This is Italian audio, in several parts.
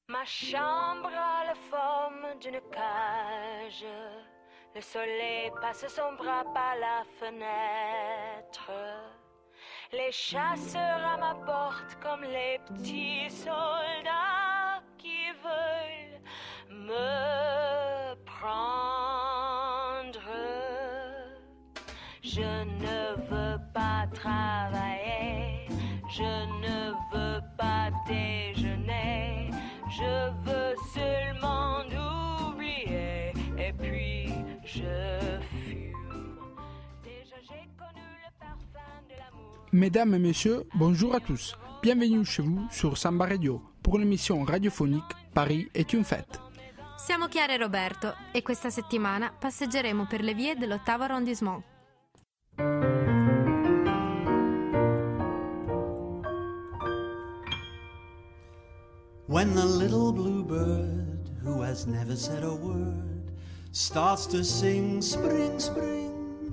Ma chambre a la forme d'une cage. Le soleil passe son bras par la fenêtre. Les chasseurs à ma porte comme les petits soldats qui veulent me prendre. Je ne veux pas travailler, je ne veux pas déjeuner, je veux seulement oublier et puis je fume. Déjà j'ai connu le parfum de l'amour. Mesdames et messieurs, bonjour à tous. Bienvenue chez vous sur Samba Radio pour l'émission radiophonique Paris est une fête. Siamo Chiara e Roberto e questa settimana passeggeremo per le vie dell'8° arrondissement. When the little bluebird, who has never said a word, starts to sing spring, spring.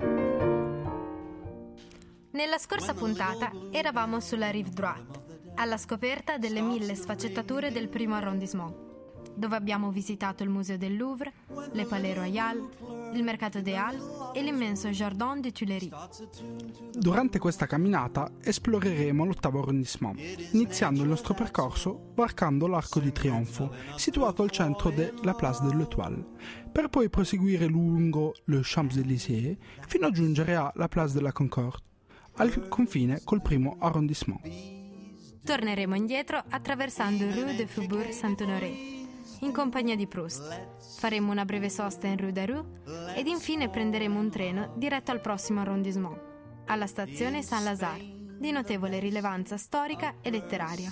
Nella scorsa puntata eravamo sulla Rive Droite, alla scoperta delle 1000 sfaccettature del 1° arrondissement, dove abbiamo visitato il museo del Louvre, le Palais Royal, il mercato des Halles e l'immenso Jardin des Tuileries. Durante questa camminata esploreremo l'8° arrondissement, iniziando il nostro percorso varcando l'Arco di Trionfo, situato al centro della Place de l'Étoile, per poi proseguire lungo le Champs-Élysées fino a giungere alla Place de la Concorde, al confine col 1° arrondissement. Torneremo indietro attraversando Rue de Faubourg Saint-Honoré, in compagnia di Proust. Faremo una breve sosta in Rue Daru ed infine prenderemo un treno diretto al prossimo arrondissement, alla stazione Saint-Lazare, di notevole rilevanza storica e letteraria.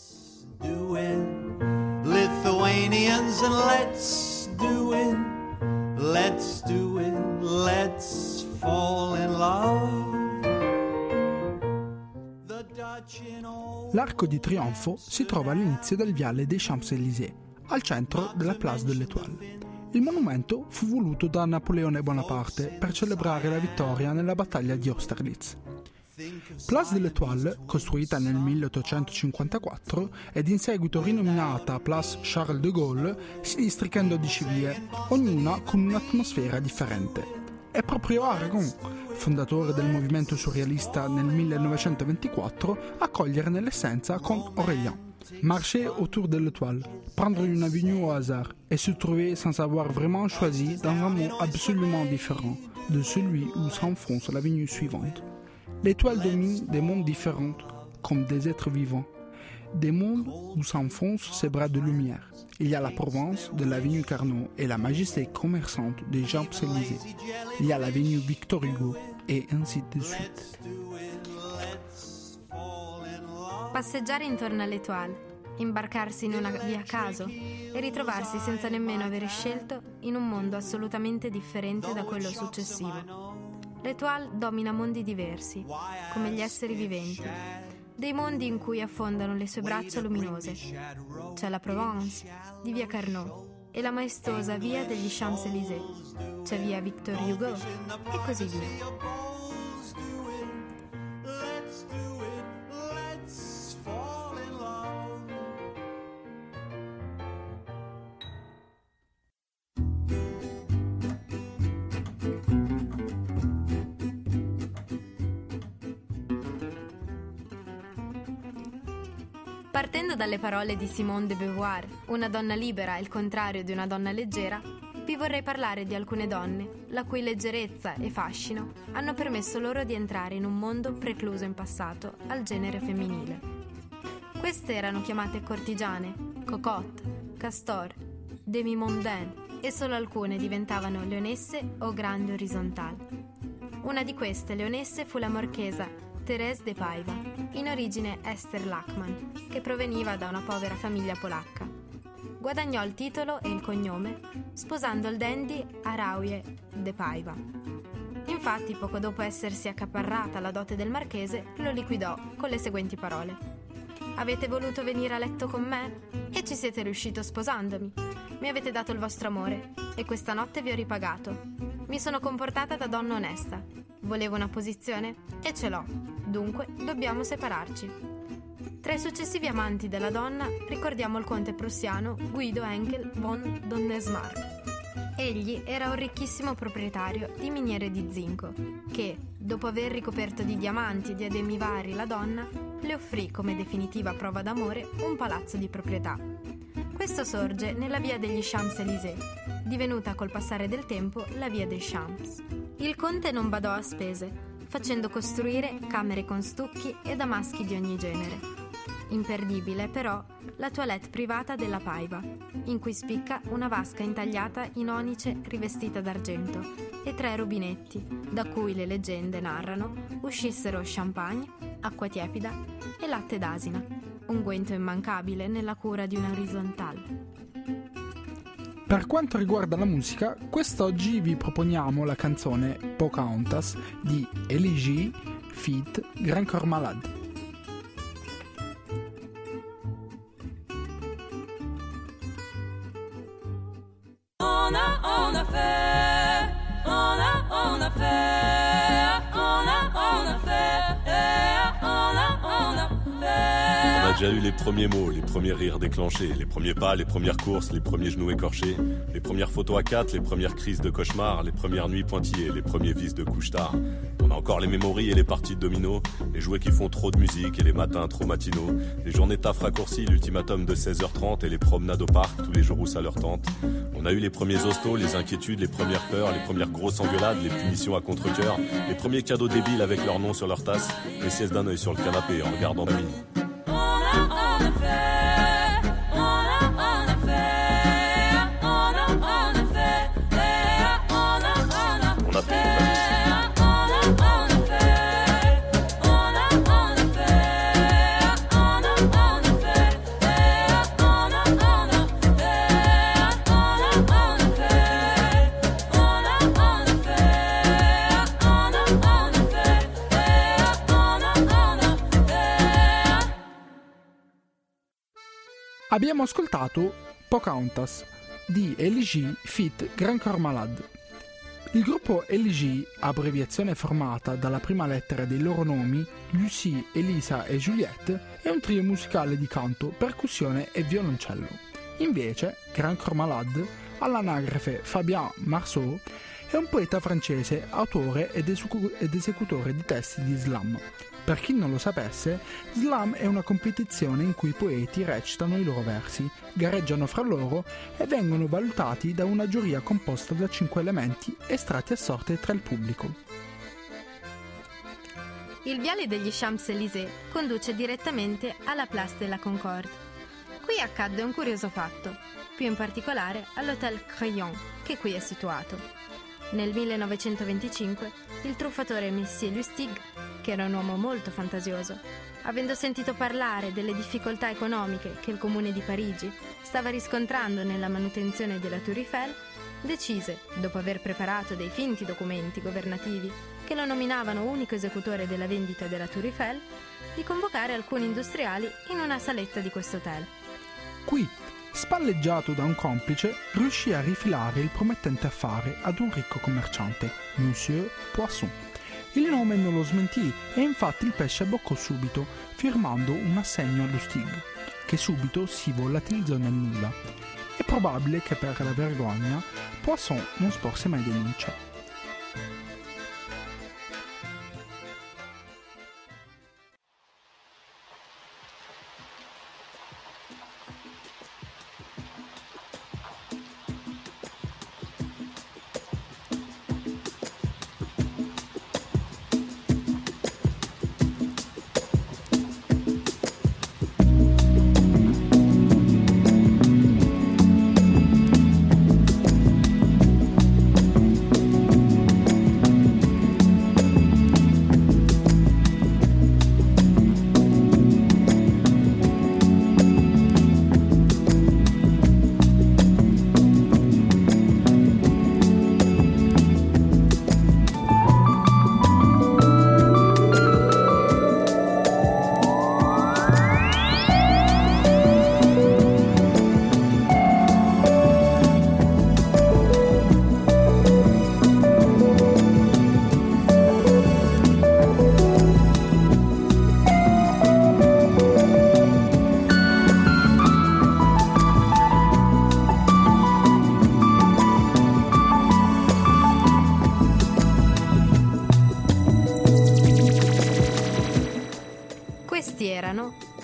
Lithuanians and let's do it, let's do it, let's fall in love. L'Arco di Trionfo si trova all'inizio del viale dei Champs-Élysées, al centro della Place de l'Étoile. Il monumento fu voluto da Napoleone Bonaparte per celebrare la vittoria nella battaglia di Austerlitz. Place de l'Étoile, costruita nel 1854 ed in seguito rinominata Place Charles de Gaulle, si districa in 12 vie, ognuna con un'atmosfera differente. È proprio Aragon, fondatore del movimento surrealista nel 1924, a cogliere nell'essenza con Aurélien. Marcher autour de l'étoile, prendre une avenue au hasard et se trouver sans avoir vraiment choisi dans un monde absolument différent de celui où s'enfonce l'avenue suivante. L'étoile domine des mondes différents comme des êtres vivants, des mondes où s'enfoncent ses bras de lumière. Il y a la Provence de l'avenue Carnot et la majesté commerçante des Champs-Élysées. Il y a l'avenue Victor Hugo et ainsi de suite. Passeggiare intorno all'Étoile, imbarcarsi in una via a caso e ritrovarsi senza nemmeno avere scelto in un mondo assolutamente differente da quello successivo. L'Étoile domina mondi diversi, come gli esseri viventi, dei mondi in cui affondano le sue braccia luminose. C'è la Provence di via Carnot e la maestosa via degli Champs-Élysées. C'è via Victor Hugo e così via. Partendo dalle parole di Simone de Beauvoir, una donna libera è il contrario di una donna leggera, vi vorrei parlare di alcune donne, la cui leggerezza e fascino hanno permesso loro di entrare in un mondo precluso in passato al genere femminile. Queste erano chiamate cortigiane, cocotte, castor, demi-mondaine e solo alcune diventavano leonesse o grandi orizzontali. Una di queste leonesse fu la marchesa Thérèse de Paiva, in origine Esther Lachmann, che proveniva da una povera famiglia polacca. Guadagnò il titolo e il cognome sposando il dandy Arauje de Paiva. Infatti, poco dopo essersi accaparrata la dote del marchese, lo liquidò con le seguenti parole: «Avete voluto venire a letto con me? E ci siete riuscito sposandomi. Mi avete dato il vostro amore e questa notte vi ho ripagato. Mi sono comportata da donna onesta. Volevo una posizione e ce l'ho. Dunque dobbiamo separarci». 3 Tra i successivi amanti della donna ricordiamo il conte prussiano Guido Henkel von Donnesmarck. Egli era un ricchissimo proprietario di miniere di zinco che, dopo aver ricoperto di diamanti e di ademi vari la donna, le offrì come definitiva prova d'amore un palazzo di proprietà. Questo sorge nella via degli Champs-Élysées, divenuta col passare del tempo la via dei Champs. Il conte non badò a spese, facendo costruire camere con stucchi e damaschi di ogni genere. Imperdibile, però, la toilette privata della Paiva, in cui spicca una vasca intagliata in onice rivestita d'argento e 3 rubinetti, da cui le leggende narrano uscissero champagne, acqua tiepida e latte d'asina, unguento immancabile nella cura di una orizzontale. Per quanto riguarda la musica, quest'oggi vi proponiamo la canzone Pocahontas di Elie G. feat. Grand Corps Malade. On a déjà eu les premiers mots, les premiers rires déclenchés, les premiers pas, les premières courses, les premiers genoux écorchés, les premières photos à 4, les premières crises de cauchemar, les premières nuits pointillées, les premiers vices de couche-tard. On a encore les mémories et les parties de domino, les jouets qui font trop de musique et les matins trop matinaux, les journées taf raccourcies, l'ultimatum de 16h30 et les promenades au parc tous les jours où ça leur tente. On a eu les premiers hostos, les inquiétudes, les premières peurs, les premières grosses engueulades, les punitions à contre-cœur, les premiers cadeaux débiles avec leur nom sur leur tasse, les siestes d'un œil sur le canapé en regardant la mine. Abbiamo ascoltato Pocahontas di Elie G. feat. Grand Corps Malade. Il gruppo Elie G., abbreviazione formata dalla prima lettera dei loro nomi, Lucie, Elisa e Juliette, è un trio musicale di canto, percussione e violoncello. Invece, Grand Corps Malade, all'anagrafe Fabien Marceau, è un poeta francese, autore ed esecutore di testi di slam. Per chi non lo sapesse, slam è una competizione in cui i poeti recitano i loro versi, gareggiano fra loro e vengono valutati da una giuria composta da 5 elementi estratti a sorte tra il pubblico. Il viale degli Champs-Élysées conduce direttamente alla Place de la Concorde. Qui accadde un curioso fatto, più in particolare all'Hotel Crillon, che qui è situato. Nel 1925 il truffatore Monsieur Lustig, che era un uomo molto fantasioso, avendo sentito parlare delle difficoltà economiche che il comune di Parigi stava riscontrando nella manutenzione della Tour Eiffel, decise, dopo aver preparato dei finti documenti governativi che lo nominavano unico esecutore della vendita della Tour Eiffel, di convocare alcuni industriali in una saletta di questo hotel. Qui, spalleggiato da un complice, riuscì a rifilare il promettente affare ad un ricco commerciante, Monsieur Poisson. Il nome non lo smentì e infatti il pesce abboccò subito, firmando un assegno allo Stig, che subito si volatilizzò nel nulla. È probabile che per la vergogna Poisson non sporse mai denuncia.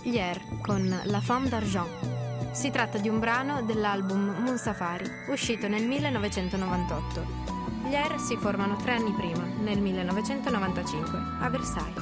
Hier con La Femme d'Argent. Si tratta di un brano dell'album Moon Safari, uscito nel 1998. Gli Air si formano 3 anni prima, nel 1995, a Versailles.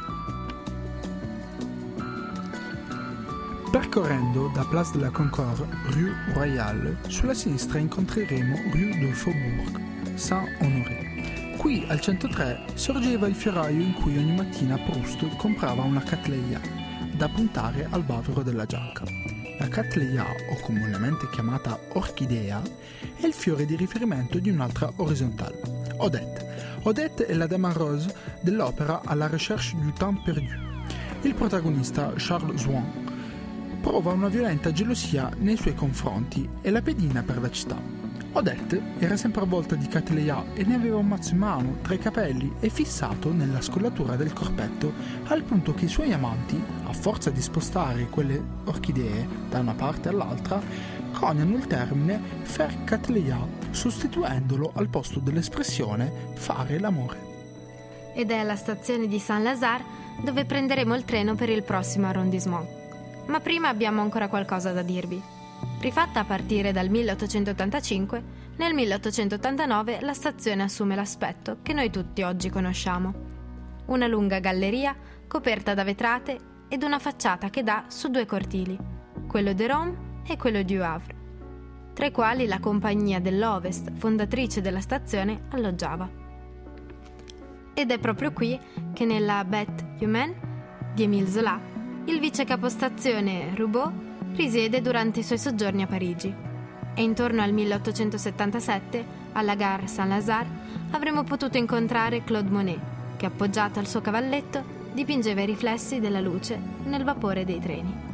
Percorrendo da Place de la Concorde, Rue Royale, sulla sinistra incontreremo Rue du Faubourg Saint-Honoré. Qui al 103 sorgeva il fioraio in cui ogni mattina Proust comprava una cattleya da puntare al bavero della giacca. La cattleya, o comunemente chiamata orchidea, è il fiore di riferimento di un'altra orizzontale, Odette. Odette è la dame rose dell'opera À la recherche du temps perdu. Il protagonista, Charles Swann, prova una violenta gelosia nei suoi confronti e la pedina per la città. Odette era sempre avvolta di cattleya e ne aveva un mazzo in mano, tra i capelli e fissato nella scollatura del corpetto, al punto che i suoi amanti, a forza di spostare quelle orchidee da una parte all'altra, coniano il termine faire cattleya, sostituendolo al posto dell'espressione fare l'amore. Ed è alla stazione di Saint-Lazare dove prenderemo il treno per il prossimo arrondissement. Ma prima abbiamo ancora qualcosa da dirvi. Rifatta a partire dal 1885, nel 1889 la stazione assume l'aspetto che noi tutti oggi conosciamo. Una lunga galleria coperta da vetrate ed una facciata che dà su 2 cortili, quello de Rome e quello du Havre, tra i quali la Compagnia dell'Ovest, fondatrice della stazione, alloggiava. Ed è proprio qui che nella Bête humaine di Émile Zola il vice capostazione Roubaud risiede durante i suoi soggiorni a Parigi. E intorno al 1877, alla gare Saint-Lazare, avremmo potuto incontrare Claude Monet, che appoggiato al suo cavalletto dipingeva i riflessi della luce nel vapore dei treni.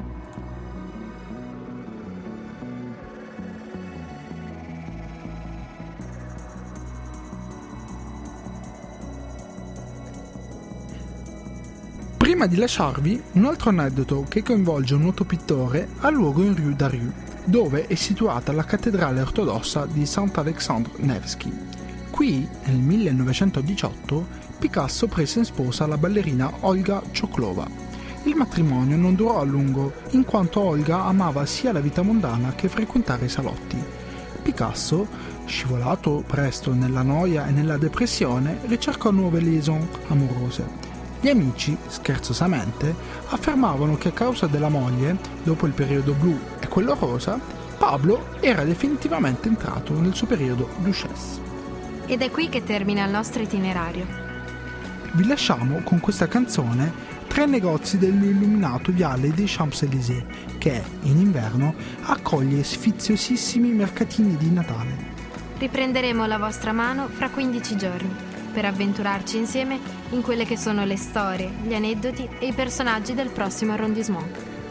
Prima di lasciarvi, un altro aneddoto che coinvolge un noto pittore ha luogo in Rue Daru, dove è situata la cattedrale ortodossa di Sant'Alexandre Nevsky. Qui, nel 1918, Picasso prese in sposa la ballerina Olga Choklova. Il matrimonio non durò a lungo, in quanto Olga amava sia la vita mondana che frequentare i salotti. Picasso, scivolato presto nella noia e nella depressione, ricercò nuove liaison amorose. Gli amici, scherzosamente, affermavano che a causa della moglie, dopo il periodo blu e quello rosa, Pablo era definitivamente entrato nel suo periodo duchesse. Ed è qui che termina il nostro itinerario. Vi lasciamo con questa canzone 3 negozi dell'illuminato viale dei Champs-Élysées, che in inverno accoglie sfiziosissimi mercatini di Natale. Riprenderemo la vostra mano fra 15 giorni. Per avventurarci insieme in quelle che sono le storie, gli aneddoti e i personaggi del prossimo arrondissement.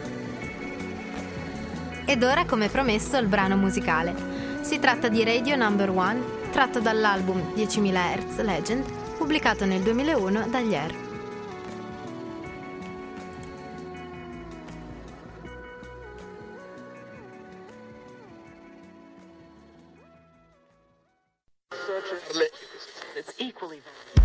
Ed ora, come promesso, il brano musicale. Si tratta di Radio Number One, tratto dall'album 10.000 Hz Legend, pubblicato nel 2001 dagli Air. It's equally